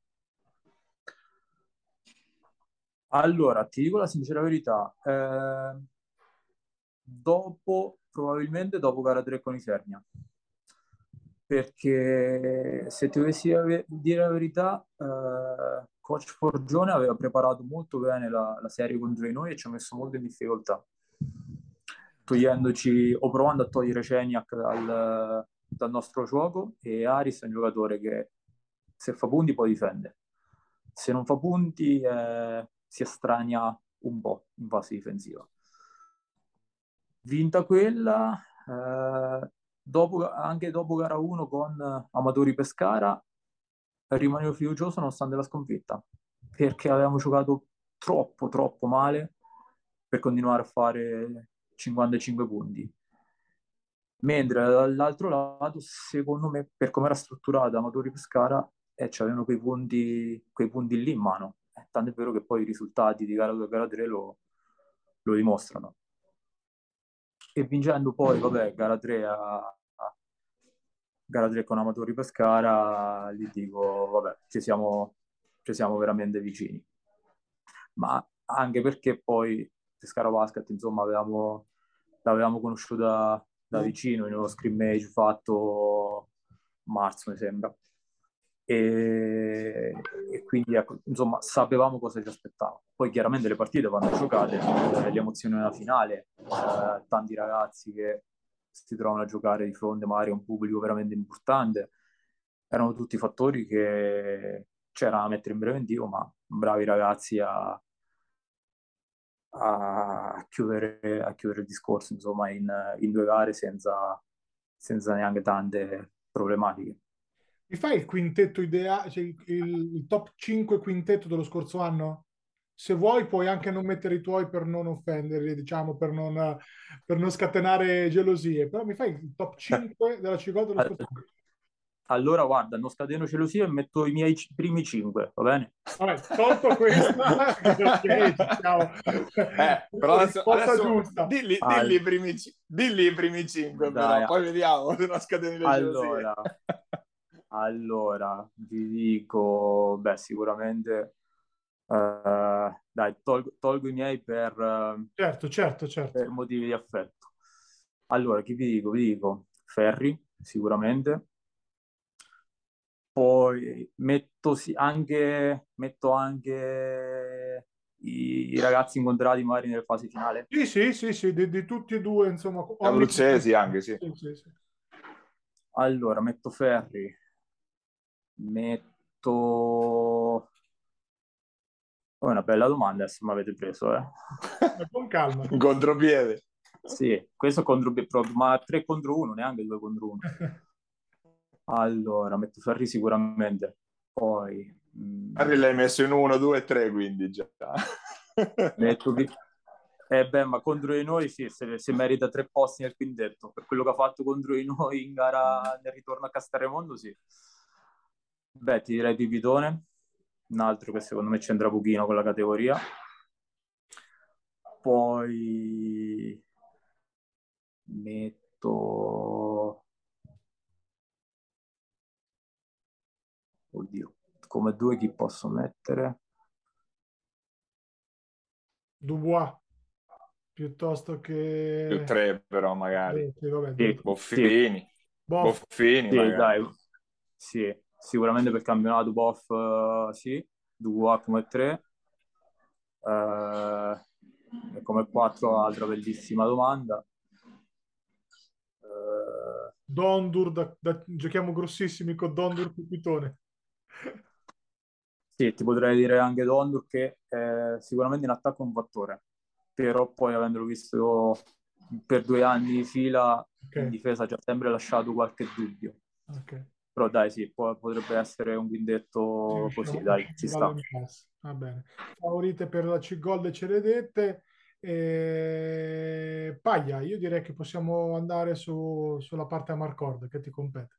Allora, ti dico la sincera verità, eh, dopo, probabilmente dopo gara tre con i Sernia, perché se ti dovessi ave- dire la verità, eh, Coach Forgione aveva preparato molto bene la, la serie contro di noi e ci ha messo molto in difficoltà, togliendoci o provando a togliere Ceniac dal, dal nostro gioco, e Aris è un giocatore che se fa punti poi difende, se non fa punti eh, si estranea un po' in fase difensiva. Vinta quella, eh, dopo, anche dopo gara uno con Amatori Pescara, rimanevo fiducioso nonostante la sconfitta, perché avevamo giocato troppo, troppo male per continuare a fare cinquantacinque punti. Mentre dall'altro lato, secondo me, per come era strutturata Amatori Pescara, eh, c'avevano quei punti, quei punti lì in mano. Eh, tanto è vero che poi i risultati di gara due e gara tre lo, lo dimostrano. E vincendo poi, vabbè, gara tre a, a gara tre con Amatori Pescara, gli dico, vabbè, ci siamo, ci siamo veramente vicini. Ma anche perché poi Pescara Basket, insomma, avevamo, l'avevamo conosciuta da vicino in uno scrimmage fatto a marzo, mi sembra. E, e quindi ecco, insomma, sapevamo cosa ci aspettava. Poi chiaramente le partite vanno giocate, eh, le emozioni nella finale, eh, tanti ragazzi che si trovano a giocare di fronte magari a un pubblico veramente importante, erano tutti fattori che c'era da mettere in preventivo, ma bravi ragazzi a, a, chiudere, a chiudere il discorso, insomma, in, in due gare senza, senza neanche tante problematiche. Mi fai il quintetto ideale, cioè il, il- il top cinque quintetto dello scorso anno? Se vuoi puoi anche non mettere i tuoi per non offenderli, diciamo, per non, per non scatenare gelosie, però mi fai il top cinque della C-Gold dello scorso anno? Allora, guarda, non scateno gelosia e metto i miei c- primi cinque, va bene? Vabbè, tolto questa, ok, ci siamo. Eh, però adesso, Risposta adesso giusta. dilli, dilli, Al- i primi, ci- dilli i primi cinque, Dai, però poi vediamo se non scateni le gelosie. allora, allora, vi dico, beh, sicuramente, eh, dai, tolgo, tolgo i miei per, eh, Certo, certo, certo. per motivi di affetto. Allora, chi vi dico? Vi dico Ferri, sicuramente. Poi metto sì- anche, metto anche i, i ragazzi incontrati magari nelle fasi finale. Sì, sì, sì, sì, di, di tutti e due, insomma, ogni... Abruzzesi anche, sì. Sì, sì, sì. Allora, metto Ferri, metto... Oh, è una bella domanda, adesso mi avete preso, eh. Ma con calma. In contropiede. Sì, questo contro, proprio, ma tre contro uno, neanche due contro uno. Allora, metto Ferri sicuramente. Poi mh, Harry l'hai messo in uno, due, tre, quindi già. metto chi... Eh beh, ma contro di noi sì, se, se merita tre posti nel quintetto. Per quello che ha fatto contro di noi in gara nel ritorno a Casteremondo, sì. Beh, ti direi Pipitone, un altro che secondo me c'entra pochino con la categoria. Poi metto... Oddio, come due chi posso mettere? Dubois, piuttosto Più che... tre, però, magari. eh, sì, vabbè, due, Sì, tre. sì, Boffini. Boff, Boffini, sì, magari. dai, sì, sicuramente per campionato Boff, eh, sì, Dubois come tre. Eh, e come quattro, altra bellissima domanda. Eh, Dondur, da, da- giochiamo grossissimi con Dondur Pipitone. sì, ti potrei dire anche Dondur che eh, sicuramente in attacco è un fattore, però poi avendolo visto per due anni di fila in Ok, difesa ci ha sempre lasciato qualche dubbio. ok. Però dai, sì, può- potrebbe essere un Sì, quindetto così, usciamo, dai, ci usciamo sta. dall'impasse. Va bene. Favorite per la C-Gold ce le dette. E... Paglia, io direi che possiamo andare su- sulla parte a Marcord che ti compete.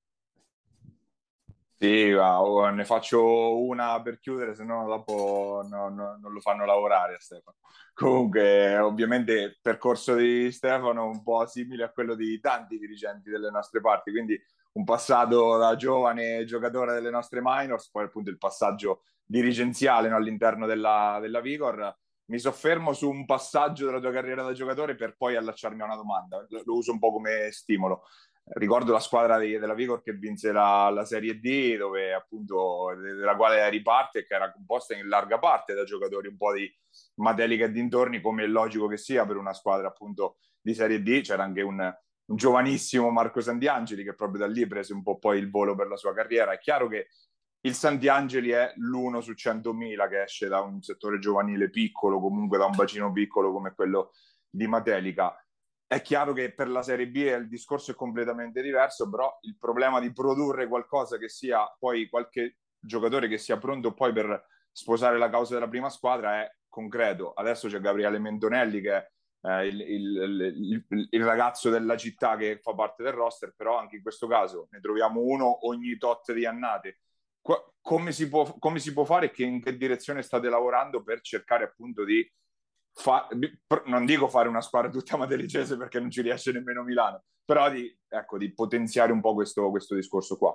Sì, va, o ne faccio una per chiudere, se no dopo no- no- non lo fanno lavorare a Stefano. Comunque, ovviamente, il percorso di Stefano è un po' simile a quello di tanti dirigenti delle nostre parti, quindi un passato da giovane giocatore delle nostre minors, poi appunto il passaggio dirigenziale, no, all'interno della, della Vigor. Mi soffermo su un passaggio della tua carriera da giocatore per poi allacciarmi a una domanda, lo lo uso un po' come stimolo. Ricordo la squadra di, della Vigor che vinse la, la Serie D, dove appunto della quale eri parte e che era composta in larga parte da giocatori un po' di Matelica e dintorni, come è logico che sia per una squadra appunto di Serie D. C'era anche un, un giovanissimo Marco Santiangeli che proprio da lì prese un po' poi il volo per la sua carriera. È chiaro che il Santiangeli è l'uno su centomila che esce da un settore giovanile piccolo, comunque da un bacino piccolo come quello di Matelica. È chiaro che per la Serie B il discorso è completamente diverso, però il problema di produrre qualcosa che sia poi qualche giocatore che sia pronto poi per sposare la causa della prima squadra è concreto. Adesso c'è Gabriele Mentonelli che è eh, il, il, il, il ragazzo della città che fa parte del roster, però anche in questo caso ne troviamo uno ogni tot di annate. Come si può, come si può fare e che, in che direzione state lavorando per cercare appunto di Fa, non dico fare una squadra tutta madelicese perché non ci riesce nemmeno Milano, però di, ecco, di potenziare un po' questo, questo discorso qua.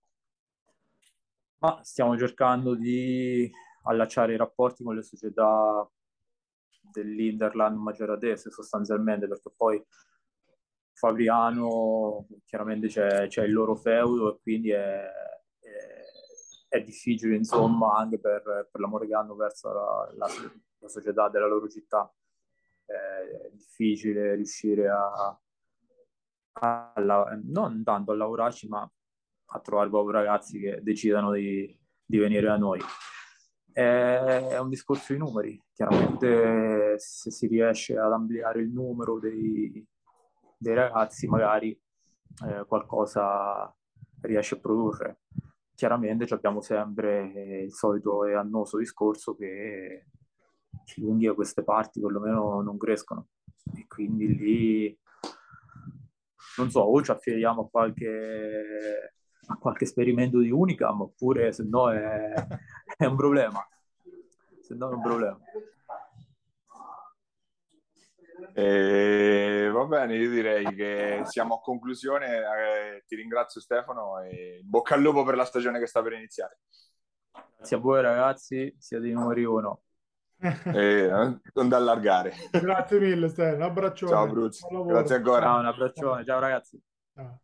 Ma stiamo cercando di allacciare i rapporti con le società dell'Interland Maceratese sostanzialmente, perché poi Fabriano chiaramente c'è, c'è il loro feudo e quindi è, è, è difficile insomma anche per, per l'amore che hanno verso la, la, la società della loro città. È difficile riuscire a, a, a non tanto a lavorarci, ma a trovare proprio ragazzi che decidano di, di venire da noi. È un discorso di numeri, chiaramente se si riesce ad ampliare il numero dei, dei ragazzi magari eh, qualcosa riesce a produrre. Chiaramente abbiamo sempre il solito e annoso discorso che i lunghi a queste parti perlomeno non crescono e quindi lì non so, o ci affidiamo a qualche, a qualche esperimento di Unicam oppure se no è, è un problema. Se no è un problema. E va bene, io direi che siamo a conclusione. Eh, ti ringrazio Stefano e in bocca al lupo per la stagione che sta per iniziare. Grazie a voi ragazzi, siete i numeri uno. E non da allargare. Grazie mille, Stefano. Un Ciao abbraccione. Bruz, Buon lavoro. grazie ancora. Ciao, un abbraccione, ciao ragazzi. Ciao.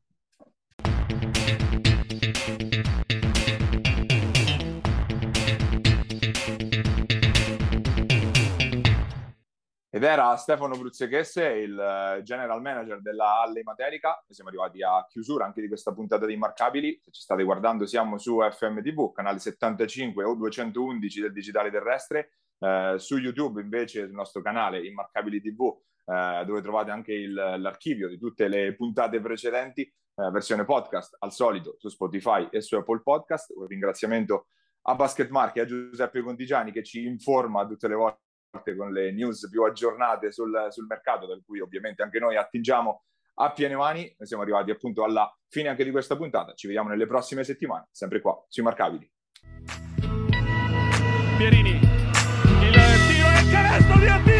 Ed era Stefano Bruzzechesse, il general manager della Halle Materica. Noi siamo arrivati a chiusura anche di questa puntata di Immarcabili. Se ci state guardando siamo su F M T V, canale settantacinque o duecentoundici del digitale terrestre. Eh, su YouTube invece, il nostro canale Immarcabili T V, eh, dove trovate anche il, l'archivio di tutte le puntate precedenti, eh, versione podcast, al solito su Spotify e su Apple Podcast. Un ringraziamento a Basketmark e a Giuseppe Contigiani che ci informa tutte le volte con le news più aggiornate sul, sul mercato, da cui ovviamente anche noi attingiamo a piene mani. Noi siamo arrivati appunto alla fine anche di questa puntata. Ci vediamo nelle prossime settimane, sempre qua, su Immarcabili. Pierini, il tiro e il canestro di Attila!